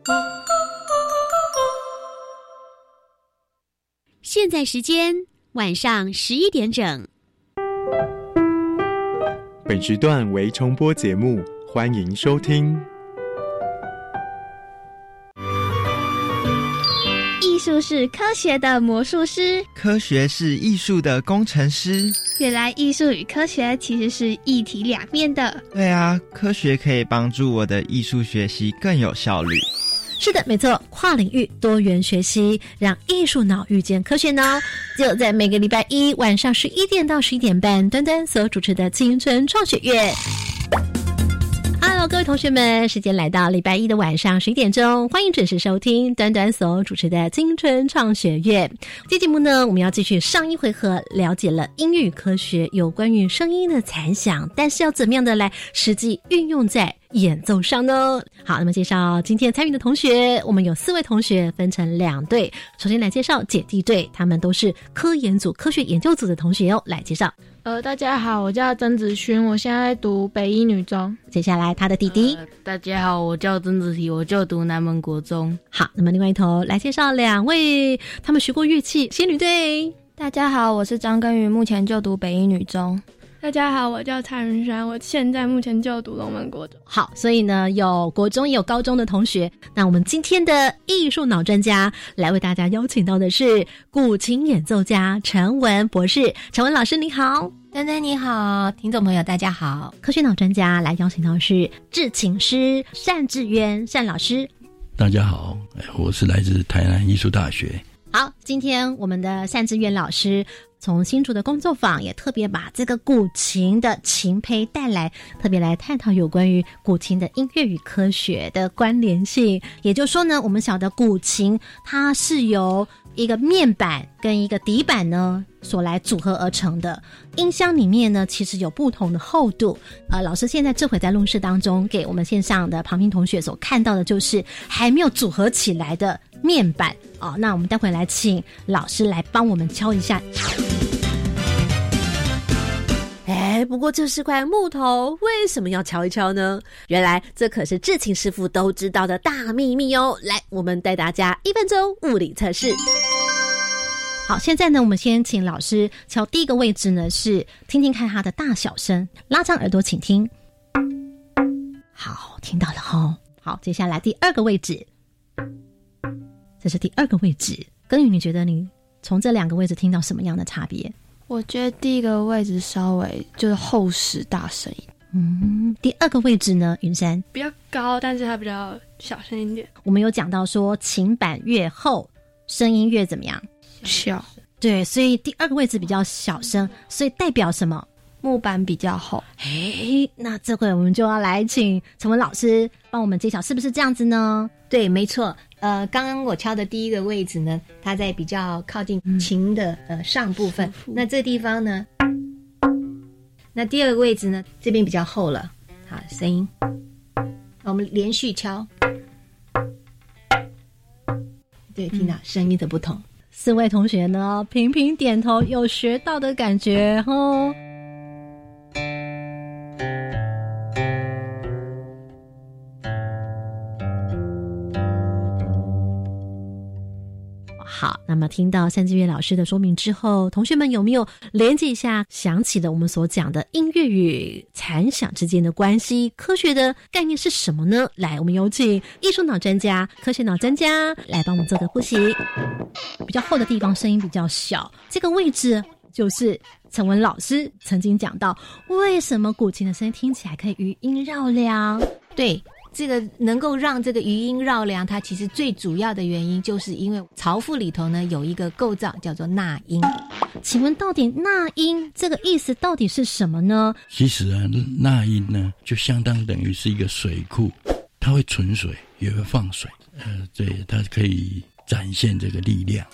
现在时间晚上11点整。 本时段为重播节目，欢迎收听。 艺术是科学的魔术师， 科学是艺术的工程师。 原来艺术与科学其实是一体两面的。 对啊，科学可以帮助我的艺术学习更有效率。 是的，没错，跨领域多元学习，让艺术脑遇见科学脑，就在每个礼拜一晚上11点到11点半，端端所主持的青春创学院。Hello， 各位同学们，时间来到礼拜一的晚上11点钟，欢迎准时收听端端所主持的青春创学院。这节目呢，我们要继续上一回合了解了音乐与科学有关于声音的残响，但是要怎么样的来实际运用在演奏上呢？好，那么介绍今天参与的同学，我们有4位同学分成2队。首先来介绍姐弟队，他们都是科研组、科学研究组的同学哦。来介绍。 大家好，我叫曾子勋，我现在读北一女中。 接下来他的弟弟。 大家好，我叫曾子提，我就读南门国中。 好，那么另外一头来介绍2位，他们学过乐器，仙女队。 大家好，我是张根瑜，目前就读北一女中。 大家好，我叫蔡云山，我现在目前就读龙门国中。 好，所以呢，有国中也有高中的同学。那我们今天的艺术脑专家来为大家邀请到的是古琴演奏家陈文博士。陈文老师你好。 丹丹你好，听众朋友大家好。 科学脑专家来邀请到的是制琴师单志渊单老师。 大家好，我是来自台南艺术大学。 好，今天我们的单志渊老师从新竹的工作坊也特别把这个古琴的琴胚带来，特别来探讨有关于古琴的音乐与科学的关联性。也就是说呢，我们晓得古琴它是由一个面板跟一个底板呢所来组合而成的。音箱里面呢其实有不同的厚度。老师现在这回在录制当中给我们线上的旁听同学所看到的就是还没有组合起来的面板哦。那我们待会来请老师来帮我们敲一下。不过这是块木头，为什么要敲一敲呢？原来这可是制琴师傅都知道的大秘密哦。来，我们带大家1分钟物理测试。好，现在呢，我们先请老师敲第一个位置呢，是听听看它的大小声，拉长耳朵请听。好，听到了齁。好，接下来第2个位置，这是第2个位置。根宇，你觉得你从这2个位置听到什么样的差别？ 我觉得第一个位置稍微就是厚实大声一点。 第2个位置呢，云山比较高，但是它比较小声一点。 我们有讲到说琴板越厚，声音越怎么样？ 小。 对，所以第2个位置比较小声，所以代表什么？ 木板比较厚。 那这回我们就要来请陈文老师帮我们揭晓是不是这样子呢？ 对，没错。刚刚我敲的第一个位置呢，它在比较靠近琴的上部分。那这个地方呢，那第2个位置呢，这边比较厚了。好，声音，我们连续敲，对，听到声音的不同。 4位同学呢，频频点头，有学到的感觉哦。好，那么听到单志渊老师的说明之后，同学们有没有连接一下想起了我们所讲的音乐与残响之间的关系？科学的概念是什么呢？来，我们有请艺术脑专家、科学脑专家来帮我们做个复习。比较厚的地方声音比较小，这个位置就是陈文老师曾经讲到，为什么古琴的声音听起来可以余音绕梁？ 对，这个能够让这个余音绕梁，它其实最主要的原因就是因为槽腹里头呢有一个构造叫做纳音。 请问到底纳音这个意思到底是什么呢？ 其实啊，纳音呢就相当等于是一个水库，它会存水也会放水，对，它可以展现这个力量。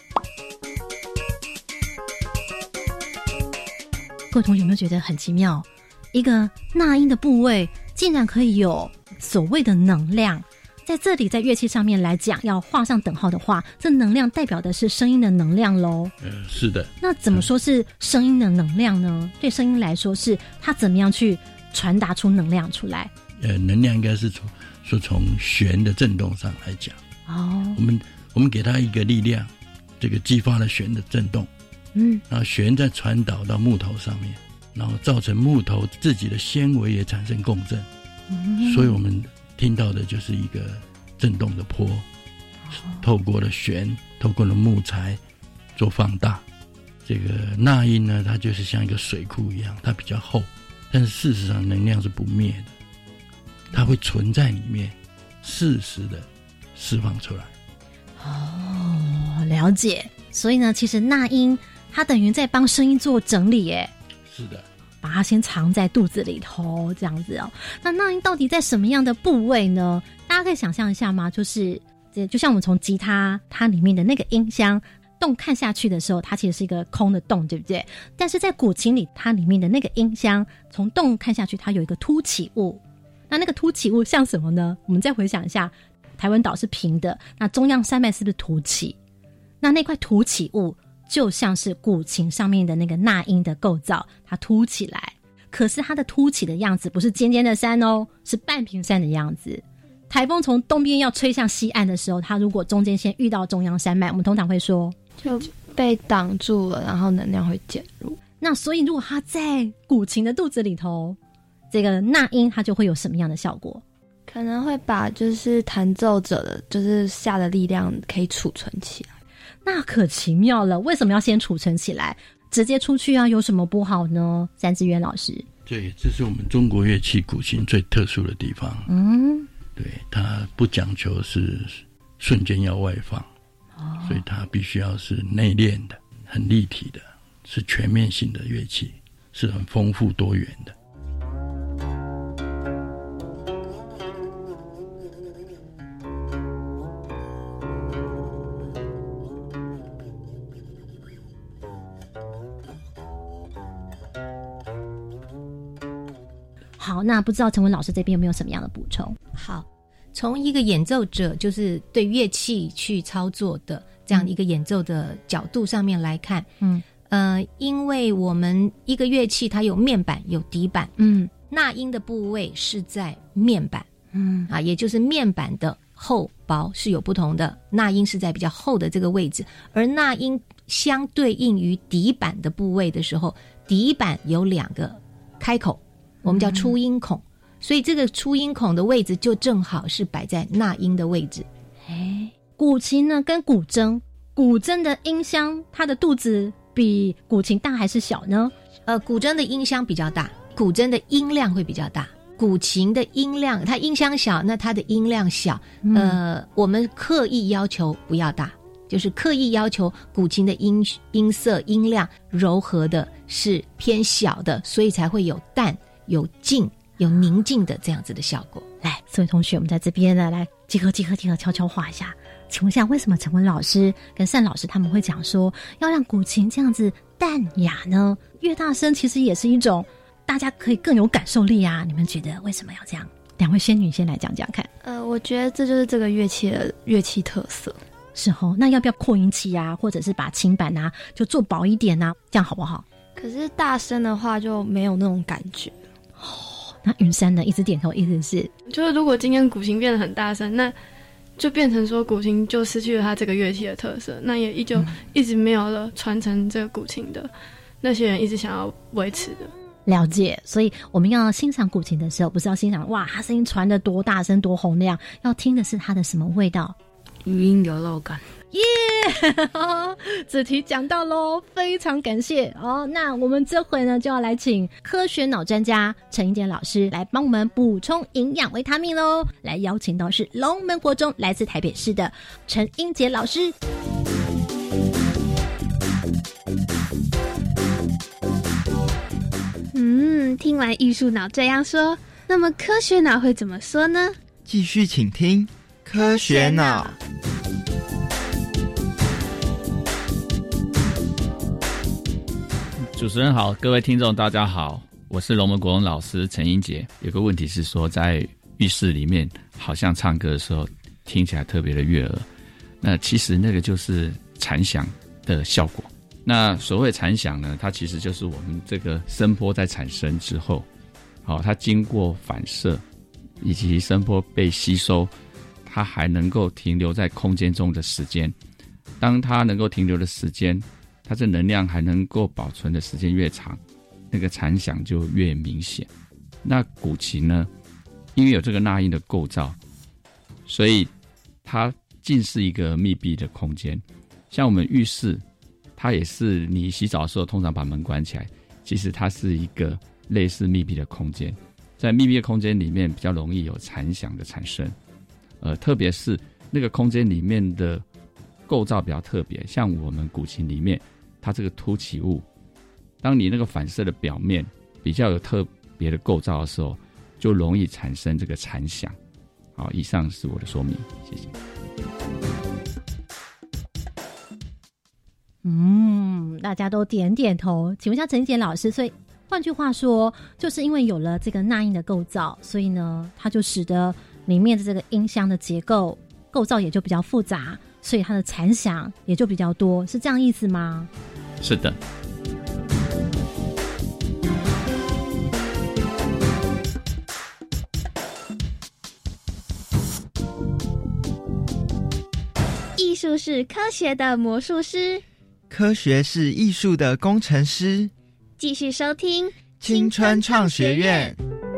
各位同学有没有觉得很奇妙？一个纳音的部位竟然可以有所谓的能量，在这里在乐器上面来讲要画上等号的话，这能量代表的是声音的能量咯。 是的。 那怎么说是声音的能量呢？对声音来说是它怎么样去传达出能量出来？ 能量应该是说从弦的振动上来讲，我们给它一个力量，这个激发了弦的振动，然后弦再传导到木头上面，然后造成木头自己的纤维也产生共振，所以我们听到的就是一个振动的波，透过了弦，透过了木材做放大。这个钠音呢，它就是像一个水库一样，它比较厚，但是事实上能量是不灭的，它会存在里面，适时的释放出来。 了解。所以呢，其实钠音它等于在帮声音做整理耶。 是的， 把它先藏在肚子里头，这样子哦。那钠音到底在什么样的部位呢？大家可以想象一下吗？就像我们从吉他它里面的那个音箱洞看下去的时候，它其实是一个空的洞，对不对？但是在古琴里，它里面的那个音箱从洞看下去，它有一个凸起物。那个凸起物像什么呢？我们再回想一下，台湾岛是平的，那中央山脉是不是凸起？那块凸起物就像是古琴上面的那个钠音的构造，它凸起来。可是它的凸起的样子不是尖尖的山哦，是半平山的样子。台风从东边要吹向西岸的时候，它如果中间先遇到中央山脉，我们通常会说就被挡住了，然后能量会减弱。 那所以如果它在古琴的肚子里头，这个钠音它就会有什么样的效果？ 可能会把就是弹奏者的就是下的力量可以储存起来。 那可奇妙了，为什么要先储存起来？直接出去有什么不好呢？詹志渊老师。 对，这是我们中国乐器古琴最特殊的地方。对，它不讲求是瞬间要外放，所以它必须要是内敛的，很立体的，是全面性的乐器，是很丰富多元的。 好，那不知道陈文老师这边有没有什么样的补充？ 好，从一个演奏者就是对乐器去操作的这样一个演奏的角度上面来看，因为我们一个乐器它有面板有底板，钠音的部位是在面板，也就是面板的厚薄是有不同的，钠音是在比较厚的这个位置，而钠音相对应于底板的部位的时候，底板有两个开口，我们叫出音孔，所以这个出音孔的位置就正好是摆在钠音的位置。 古琴呢跟古筝，古筝的音箱它的肚子比古琴大还是小呢？ 古筝的音箱比较大，古筝的音量会比较大。古琴的音量，它音箱小，那它的音量小。我们刻意要求不要大，就是刻意要求古琴的音色音量柔和的是偏小的，所以才会有淡有静有宁静的这样子的效果。 来，四位同学，我们在这边呢，来集合悄悄话一下。请问一下，为什么陈文老师跟单老师他们会讲说要让古琴这样子淡雅呢？越大声其实也是一种大家可以更有感受力啊。你们觉得为什么要这样？两位仙女先来讲讲看。 我觉得这就是这个乐器的乐器特色。 是哦，那要不要扩音器啊，或者是把琴板啊就做薄一点啊，这样好不好？ 可是大声的话就没有那种感觉。 那云山呢，一直点头，意思是就是如果今天古琴变得很大声，那就变成说古琴就失去了它这个乐器的特色，那也一直没有了传承这个古琴的那些人一直想要维持的。 了解，所以我们要欣赏古琴的时候，不是要欣赏哇它声音传得多大声多洪亮，要听的是它的什么味道？ 余音流露感。 耶、这题讲到咯，非常感谢那我们这回呢就要来请科学脑专家陈英杰老师来帮我们补充营养维他命咯。来邀请到是龙门国中来自台北市的陈英杰老师。 听完艺术脑这样说，那么科学脑会怎么说呢？ 继续请听科学脑。 主持人好，各位听众大家好，我是龙门国中老师陈英杰。有个问题是说，在浴室里面好像唱歌的时候听起来特别的悦耳，那其实那个就是残响的效果。那所谓残响呢，它其实就是我们这个声波在产生之后，它经过反射， 以及声波被吸收，它还能够停留在空间中的时间。当它能够停留的时间，它这能量还能够保存的时间越长，那个残响就越明显。那古琴呢，因为有这个纳音的构造，所以它竟是一个密闭的空间。像我们浴室，它也是你洗澡的时候通常把门关起来，其实它是一个类似密闭的空间。在密闭的空间里面比较容易有残响的产生，特别是那个空间里面的构造比较特别，像我们古琴里面它这个凸起物，当你那个反射的表面比较有特别的构造的时候，就容易产生这个残响。好，以上是我的说明，谢谢。 大家都点点头。请问一下陈怡洁老师，所以换句话说，就是因为有了这个纳音的构造，所以呢，它就使得里面的这个音箱的结构造也就比较复杂，所以它的残响也就比较多，是这样意思吗？ 是的。 艺术是科学的魔术师， 科学是艺术的工程师。 继续收听青春创学院。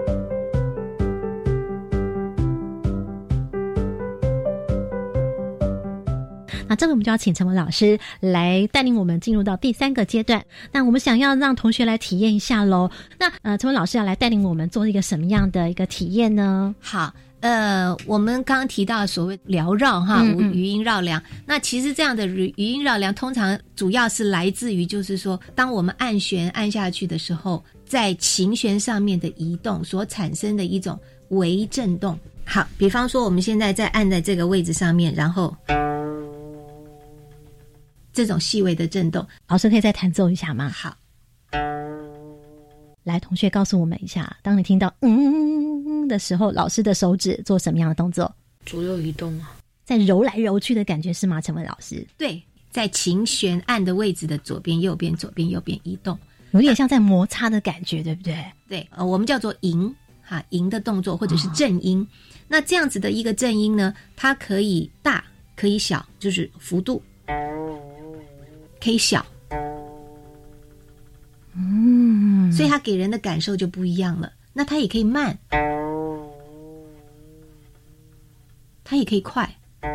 那这个我们就要请陈文老师来带领我们进入到第3个阶段。那我们想要让同学来体验一下咯。那陈文老师要来带领我们做一个什么样的一个体验呢？ 好，我们刚刚提到所谓缭绕哈，语音绕梁。那其实这样的语音绕梁通常主要是来自于就是说，当我们按弦按下去的时候，在琴弦上面的移动所产生的一种微震动。好，比方说我们现在在按在这个位置上面，然后这种细微的震动， 老师可以再弹奏一下吗？ 好， 来，同学告诉我们一下，当你听到的时候，老师的手指做什么样的动作？ 左右移动啊， 在揉来揉去的感觉是吗？陈文老师？ 对，在琴弦按的位置的左边右边左边右边移动， 有点像在摩擦的感觉，对不对？ 对，我们叫做吟哈，吟的动作或者是正音。那这样子的一个正音呢，它可以大可以小，就是幅度可以小，所以它给人的感受就不一样了。那它也可以慢，它也可以快，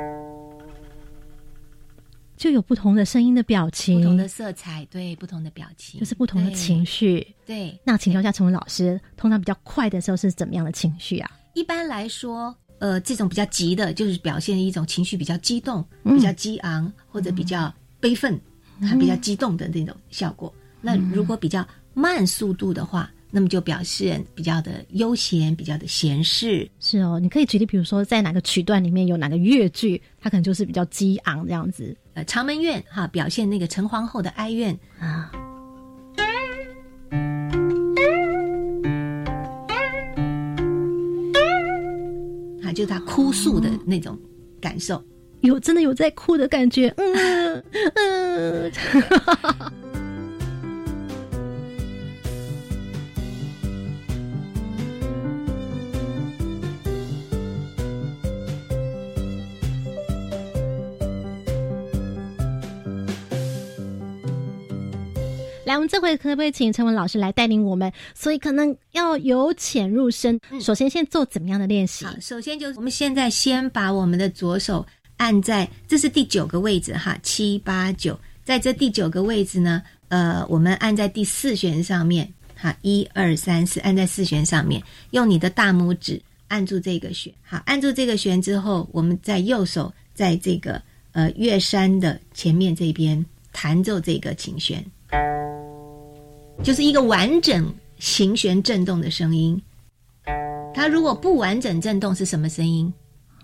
就有不同的声音的表情， 不同的色彩，对，不同的表情， 就是不同的情绪。 对， 那请教一下陈文老师，通常比较快的时候是怎么样的情绪啊？ 一般来说，这种比较急的，就是表现一种情绪比较激动、比较激昂，或者比较悲愤，比较激动的那种效果。那如果比较慢速度的话，那么就表现比较的悠闲，比较的闲适。 是哦，你可以举例，比如说在哪个曲段里面有哪个乐句，它可能就是比较激昂这样子。 长门怨哈，表现那个陈皇后的哀怨啊。就是他哭诉的那种感受， 真的有在哭的感觉，来，我们这回可不可以请陈文老师来带领我们？所以可能要由浅入深。首先，先做怎么样的练习？ 好，首先就是我们现在先把我们的左手按在，这是第9个位置哈，7、8、9，在这第9个位置呢，我们按在第4弦上面，哈，1、2、3、4，按在4弦上面，用你的大拇指按住这个弦，好，按住这个弦之后，我们在右手在这个乐山的前面这边弹奏这个琴弦。就是一个完整琴弦震动的声音。它如果不完整震动是什么声音？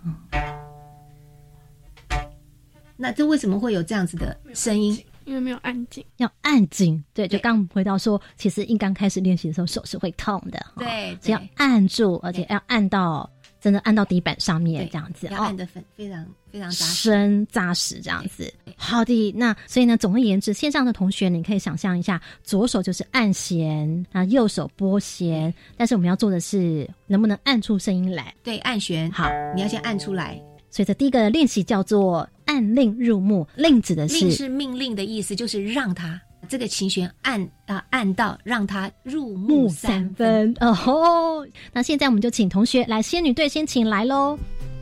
那这为什么会有这样子的声音？ 因为没有按紧， 要按紧。对，就刚回到说，其实一刚开始练习的时候手是会痛的， 对， 只要按住，而且要按到真的按到底板上面这样子， 要按得非常非常扎实这样子。好的，那所以呢，总而言之，线上的同学你可以想象一下，左手就是按弦，那右手拨弦，但是我们要做的是能不能按出声音来。 对，按弦，好，你要先按出来。 所以这第一个练习叫做按令入目，令指的是令是命令的意思，就是让它这个琴弦按到让它入目3分。 哦，那现在我们就请同学来，仙女队先请来咯。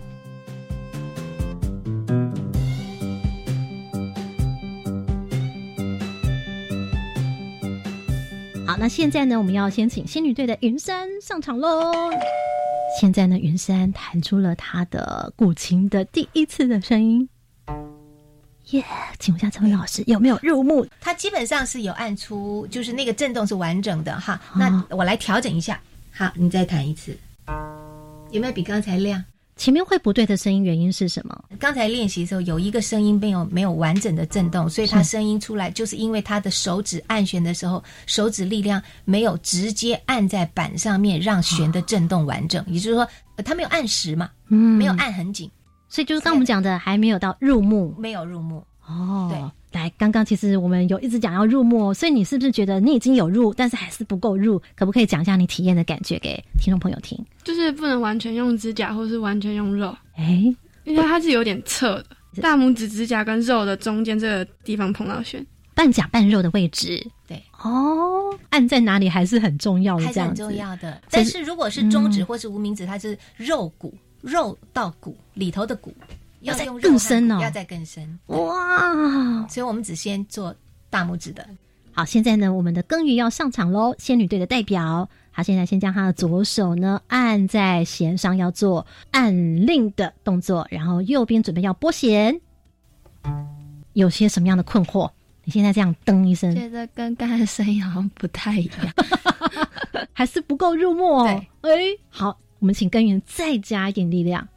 好，那现在呢，我们要先请仙女队的云珊上场咯。现在呢，云珊弹出了她的古琴的第一次的声音。耶、请问一下陈文老师有没有入目？ 它基本上是有按出，就是那个震动是完整的哈。那我来调整一下，好，你再弹一次，有没有比刚才亮？ 前面会不对的声音原因是什么？ 刚才练习的时候有一个声音没有完整的震动，所以它声音出来就是因为它的手指按弦的时候，手指力量没有直接按在板上面，让弦的震动完整。也就是说，它没有按实嘛，没有按很紧， 所以就是刚我们讲的还没有到入目， 没有入目。 哦， 对。 来，刚刚其实我们有一直讲要入目，所以你是不是觉得你已经有入，但是还是不够入？可不可以讲一下你体验的感觉给听众朋友听？ 就是不能完全用指甲，或是完全用肉， 因为它是有点侧的，大拇指指甲跟肉的中间这个地方碰到弦， 半甲半肉的位置。 对， 按在哪里还是很重要的， 还是很重要的。但是如果是中指或是无名指，它是肉骨，肉到骨里头的骨。要再更深哦， 要再更深哇！ 所以我们只先做大拇指的。 好，现在呢，我们的耕耘要上场咯，仙女队的代表，他现在先将他的左手呢按在弦上，要做按令的动作，然后右边准备要拨弦。有些什么样的困惑？你现在这样噔一声， 觉得跟刚才的声音好像不太一样， 还是不够入目哦。 对， 好，我们请耕耘再加一点力量。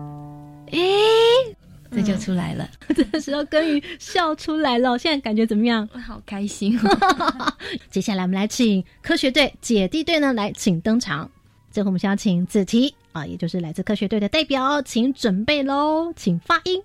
这就出来了。 这时候耕耘笑出来了，现在感觉怎么样？ 好开心哦！ 接下来我们来请科学队姐弟队呢来请登场。最后我们先要请子琪啊，也就是来自科学队的代表，请准备咯，请发音。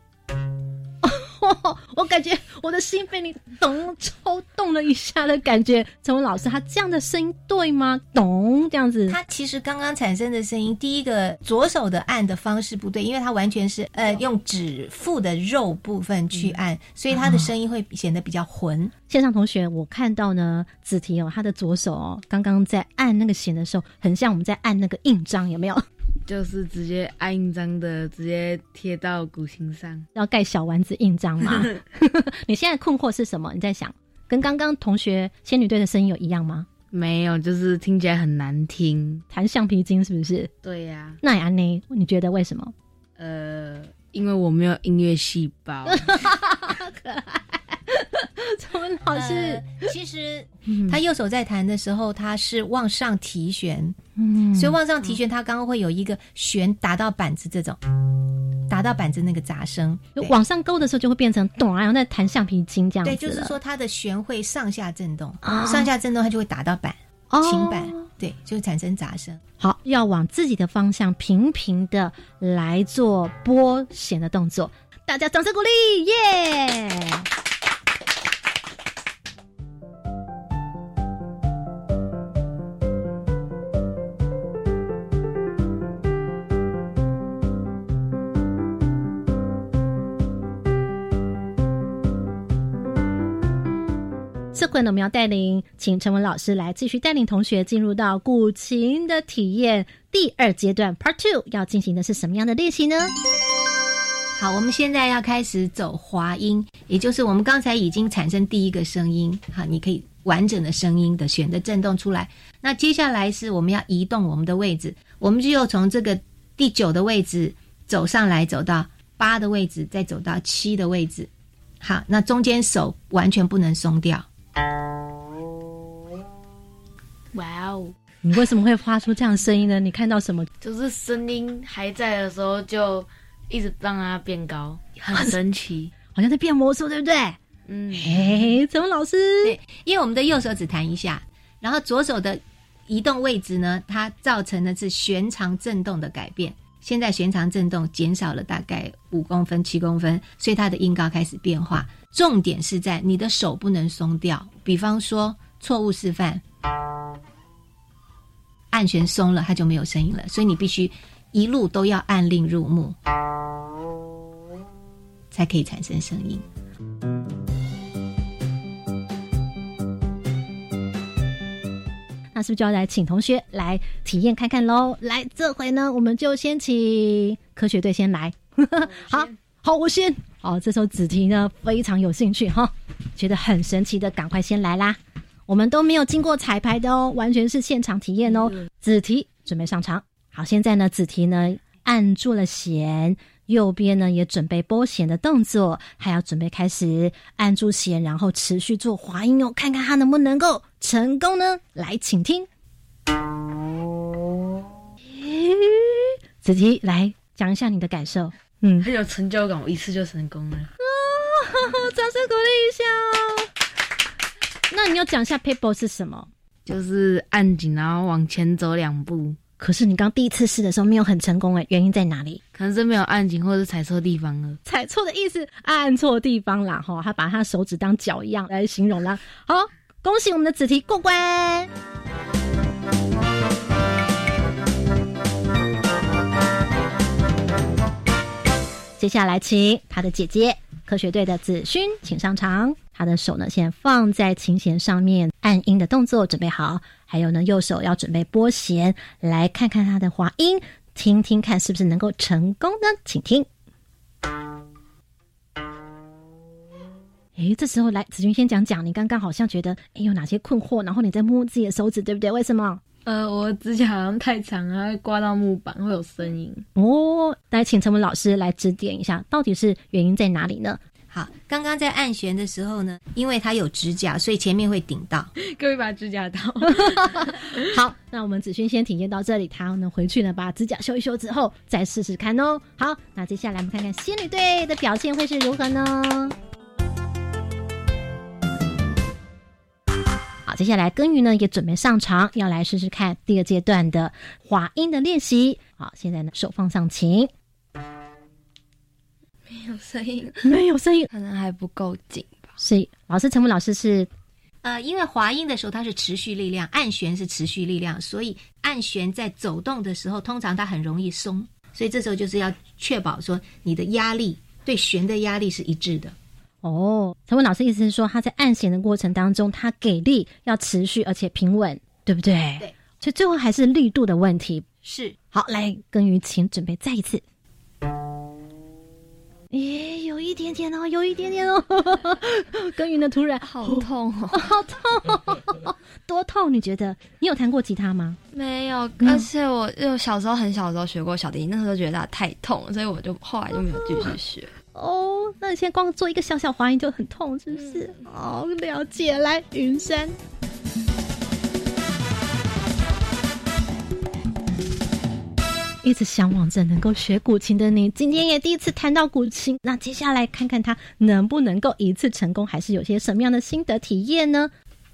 我感觉我的心被你抽动了一下的感觉。陈文老师，他这样的声音对吗？咚，这样子。 他其实刚刚产生的声音，第一个左手的按的方式不对，因为他完全是用指腹的肉部分去按，所以他的声音会显得比较浑。 线上同学，我看到呢，子提他的左手刚刚在按那个弦的时候，很像我们在按那个印章，有没有？ 就是直接按印章的，直接贴到古琴上， 要盖小丸子印章吗？你现在困惑是什么？你在想，跟刚刚同学仙女队的声音有一样吗？ 没有，就是听起来很难听， 弹橡皮筋是不是？ 对呀。 那安妮，你觉得为什么？ 因为我没有音乐细胞。 可爱。陈文老师， 其实他右手在弹的时候，他是往上提弦，所以往上提弦，他刚刚会有一个弦打到板子，这种打到板子那个杂声， 往上勾的时候就会变成咚，然后再弹橡皮筋这样子。 对，就是说它的弦会上下震动，上下震动它就会打到板，琴板，对，就会产生杂声。 好，要往自己的方向平平的来做拨弦的动作，大家掌声鼓励，耶！这回呢，我们要带领请陈文老师来继续带领同学进入到古琴的体验第二阶段 Part 2， 要进行的是什么样的练习呢？ 好，我们现在要开始走滑音，也就是我们刚才已经产生第一个声音，好，你可以完整的声音的弦的震动出来。那接下来是我们要移动我们的位置，我们就从这个第9的位置走上来，走到8的位置，再走到7的位置。好，那中间手完全不能松掉。 哇哦！ 你为什么会发出这样的声音呢？你看到什么？ 就是声音还在的时候，就一直让它变高，很神奇， 好像在变魔术，对不对？陈文老师， 对，因为我们的右手只弹一下，然后左手的移动位置呢，它造成的是弦长震动的改变。 现在弦长振动减少了大概5公分、7公分，所以它的音高开始变化。重点是在你的手不能松掉，比方说错误示范，按弦松了，它就没有声音了，所以你必须一路都要按令入目，才可以产生声音。 那是不是就要来请同学来体验看看咯？来，这回呢我们就先请科学队先来。好，我先。好，这首子题呢非常有兴趣哈，觉得很神奇的，赶快先来啦。我们都没有经过彩排的哦，完全是现场体验哦。子题准备上场。好，现在呢子题呢按住了弦，右边呢也准备拨弦的动作，还要准备开始按住弦，然后持续做滑音哦，看看它能不能够成功呢？来，请听。子题来讲一下你的感受。 很有成就感，我一次就成功了。 掌声鼓励一下哦。那你要讲一下 paper 是什么？ 就是按紧，然后往前走2步。 可是你刚第一次试的时候没有很成功诶，原因在哪里？ 可能是没有按紧，或者是踩错地方了。 踩错的意思，按错地方啦齁，他把他手指当脚一样来形容啦。好，恭喜我们的子题过关。接下来请他的姐姐科学队的子勋请上场，他的手呢先放在琴弦上面，按音的动作准备好，还有呢右手要准备拨弦，来看看他的滑音，听听看是不是能够成功呢？请听。这时候来子勋先讲，你刚刚好像觉得有哪些困惑，然后你在摸自己的手指，对不对？为什么？ 我指甲好像太长了，会刮到木板，会有声音。 来请陈文老师来指点一下，到底是原因在哪里呢？ 好，刚刚在按弦的时候呢，因为它有指甲，所以前面会顶到。 各位把指甲刀。 好，那我们子勋先体验到这里，他呢回去呢把指甲修一修之后再试试看哦。好，那接下来我们看看仙女队的表现会是如何呢？好，接下来耕耘呢也准备上场，要来试试看第2阶段的滑音的练习。好，现在呢手放上琴， 没有声音， 没有声音， 可能还不够紧吧。 所以老师陈文老师是因为滑音的时候它是持续力量，按弦是持续力量，所以按弦在走动的时候通常它很容易松，所以这时候就是要确保说你的压力对弦的压力是一致的。 陈文老师意思是说他在按弦的过程当中，他给力要持续而且平稳，对不对？ 对， 所以最后还是力度的问题。 是。 好，来耕耘请准备再一次。有一点点哦，耕耘的突然好痛哦， 好痛，多痛？你觉得？你有弹过吉他吗？ 没有，而且我小时候很小的时候学过小提琴，那时候觉得它太痛了，所以我就后来就没有继续学。 那你现在光做一个小小滑音就很痛，是不是？了解。来，云山。一直向往着能够学古琴的你，今天也第一次弹到古琴，那接下来看看他能不能够一次成功，还是有些什么样的心得体验呢？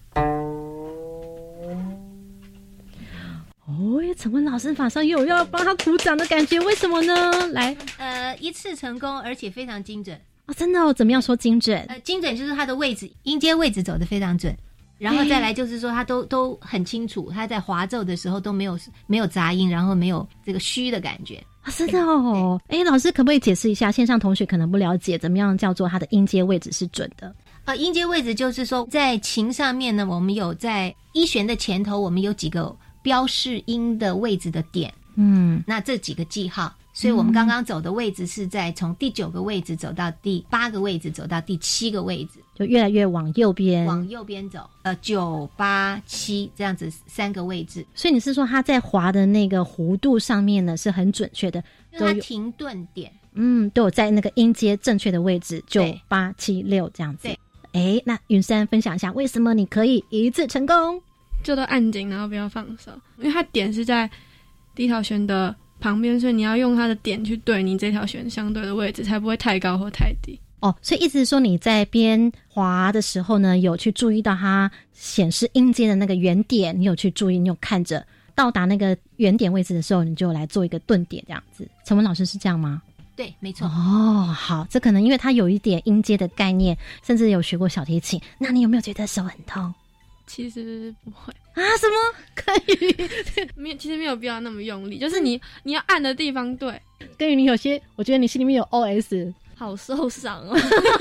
陈文老师马上又要帮他鼓掌的感觉，为什么呢？来， 一次成功，而且非常精准。 真的怎么样说精准？ 精准就是它的位置，音阶位置走得非常准。然后再来就是说，它都很清楚，它在滑奏的时候都没有杂音，然后没有这个虚的感觉。 真的哦。老师可不可以解释一下，线上同学可能不了解，怎么样叫做它的音阶位置是准的？ 音阶位置就是说，在琴上面呢，我们有在一弦的前头，我们有几个标示音的位置的点。那这几个记号。所以我们刚刚走的位置是在从第9个位置走到第8个位置，走到第7个位置， 就越来越往右边走，9、8、7这样子3个位置。 所以你是说它在滑的那个弧度上面呢是很准确的， 它停顿点都有在那个音阶正确的位置，9、8、7、6这样子。对，那云山分享一下为什么你可以一次成功？ 就都按紧，然后不要放手，因为它点是在第一条弦的旁边，所以你要用它的点去对你这条弦相对的位置，才不会太高或太低。 所以意思是说你在边滑的时候呢，有去注意到它显示音阶的那个原点，你有去注意，你有看着， 到达那个原点位置的时候，你就来做一个顿点这样子。陈文老师是这样吗？ 对，没错。 哦，好，这可能因为他有一点音阶的概念，甚至有学过小提琴。那你有没有觉得手很痛？ 其实不会啊，什么？可以？ 其实没有必要那么用力，就是你要按的地方对。 根宇，你有些，我觉得你心里面有 OS， 好受伤哦。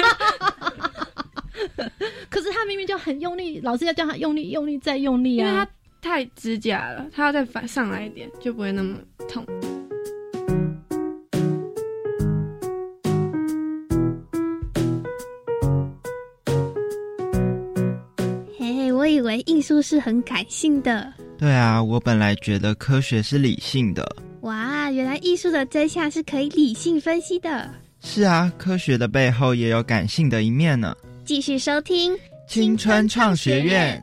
可是他明明就很用力，老师要叫他用力、用力再用力啊， 因为他太指甲了，他要再反上来一点，就不会那么痛。 我以为艺术是很感性的。 对啊，我本来觉得科学是理性的。 哇，原来艺术的真相是可以理性分析的。 是啊，科学的背后也有感性的一面呢。 继续收听青春创学院。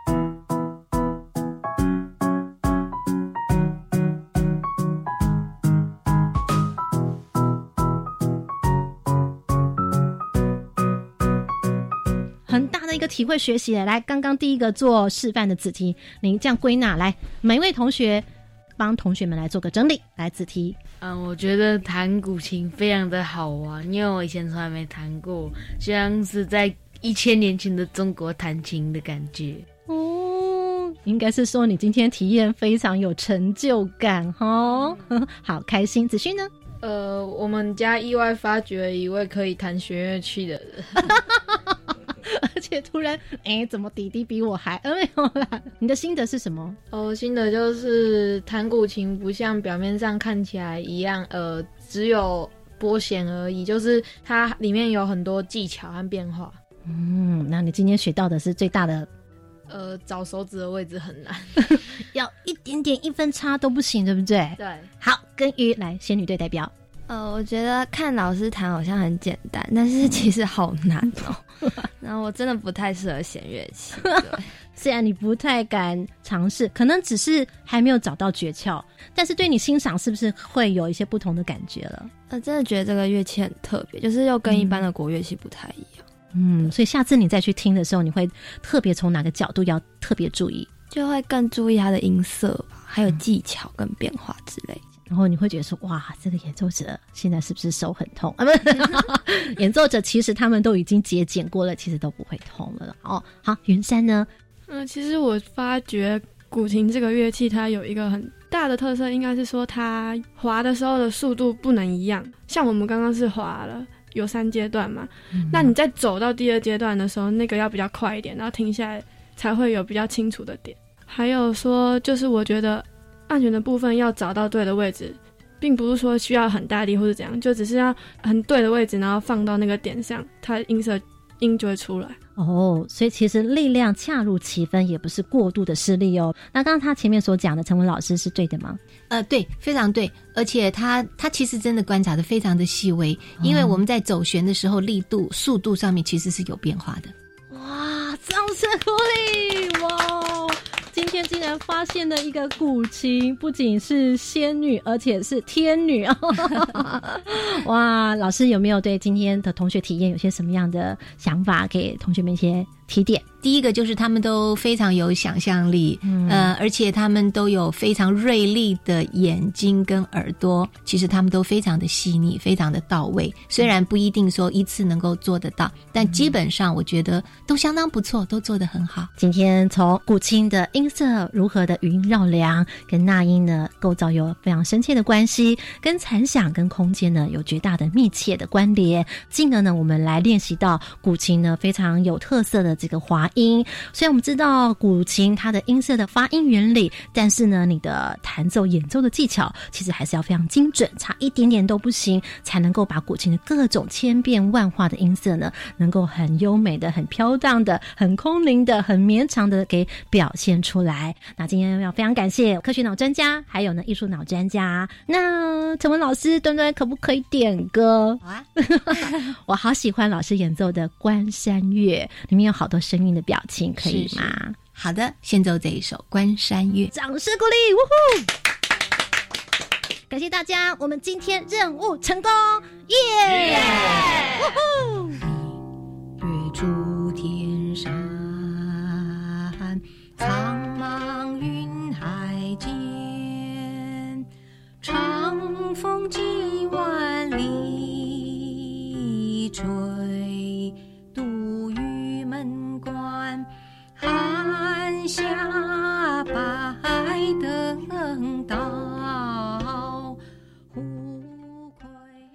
很大的一个体会学习。来，刚刚第一个做示范的子题，您这样归纳来，每位同学帮同学们来做个整理。来，子题， 我觉得弹古琴非常的好玩，因为我以前从来没弹过，就像是在1000年前的中国弹琴的感觉。 哦，应该是说你今天体验非常有成就感哦，好开心。子勋呢？ 我们家意外发掘了一位可以弹弦乐器的人。 而且突然，怎么弟弟比我还没有啦？你的心得是什么？ 心得就是弹古琴不像表面上看起来一样，只有拨弦而已，就是它里面有很多技巧和变化。 那你今天学到的是最大的？ 找手指的位置很难， 要一点点1分差都不行，对不对？ 对。 好，跟鱼来，仙女队代表。 我觉得看老师弹好像很简单，但是其实好难哦。然后我真的不太适合弦乐器。 虽然你不太敢尝试，可能只是还没有找到诀窍，但是对你欣赏是不是会有一些不同的感觉了？ 真的觉得这个乐器很特别，就是又跟一般的国乐器不太一样。 所以下次你再去听的时候，你会特别从哪个角度要特别注意？ 就会更注意它的音色吧，还有技巧跟变化之类的。 然后你会觉得说，哇，这个演奏者现在是不是手很痛啊？不是，演奏者其实他们都已经节俭过了，其实都不会痛了哦。好，云山呢？ 其实我发觉古琴这个乐器它有一个很大的特色，应该是说它滑的时候的速度不能一样。像我们刚刚是滑了有3阶段嘛，那你在走到第2阶段的时候，那个要比较快一点，然后停下来才会有比较清楚的点。还有说，就是我觉得按弦的部分要找到对的位置，并不是说需要很大力或者怎样，就只是要很对的位置，然后放到那个点上，它音就会出来。 所以其实力量恰如其分，也不是过度的施力哦。那刚刚他前面所讲的陈文老师是对的吗？ 对，非常对。而且他其实真的观察得非常的细微，因为我们在走弦的时候，力度、速度上面其实是有变化的。 哇，掌声鼓励！哇，今天竟然发现了一个古琴，不仅是仙女，而且是天女啊！哇，老师有没有对今天的同学体验有些什么样的想法，给同学们一些提点？ 第一个就是他们都非常有想象力，而且他们都有非常锐利的眼睛跟耳朵，其实他们都非常的细腻，非常的到位。虽然不一定说一次能够做得到，但基本上我觉得都相当不错，都做得很好。 今天从古琴的音色如何的余音绕梁，跟纳音的构造有非常深切的关系，跟残响跟空间呢有绝大的密切的关联，进而呢我们来练习到古琴呢非常有特色的这个滑音。虽然我们知道古琴它的音色的发音原理，但是呢你的弹奏演奏的技巧其实还是要非常精准，差一点点都不行，才能够把古琴的各种千变万化的音色呢能够很优美的、很飘荡的、很空灵的、很绵长的给表现出来。那今天要非常感谢科学脑专家还有呢艺术脑专家。那陈文老师，端端可不可以点歌？ 好啊。 我好喜欢老师演奏的关山月，里面有好多声音的表情，可以吗？ 是。好的，先奏这一首关山月。 掌声鼓励，呜呼！感谢大家，我们今天任务成功，耶！呜呼！ 月出天山，苍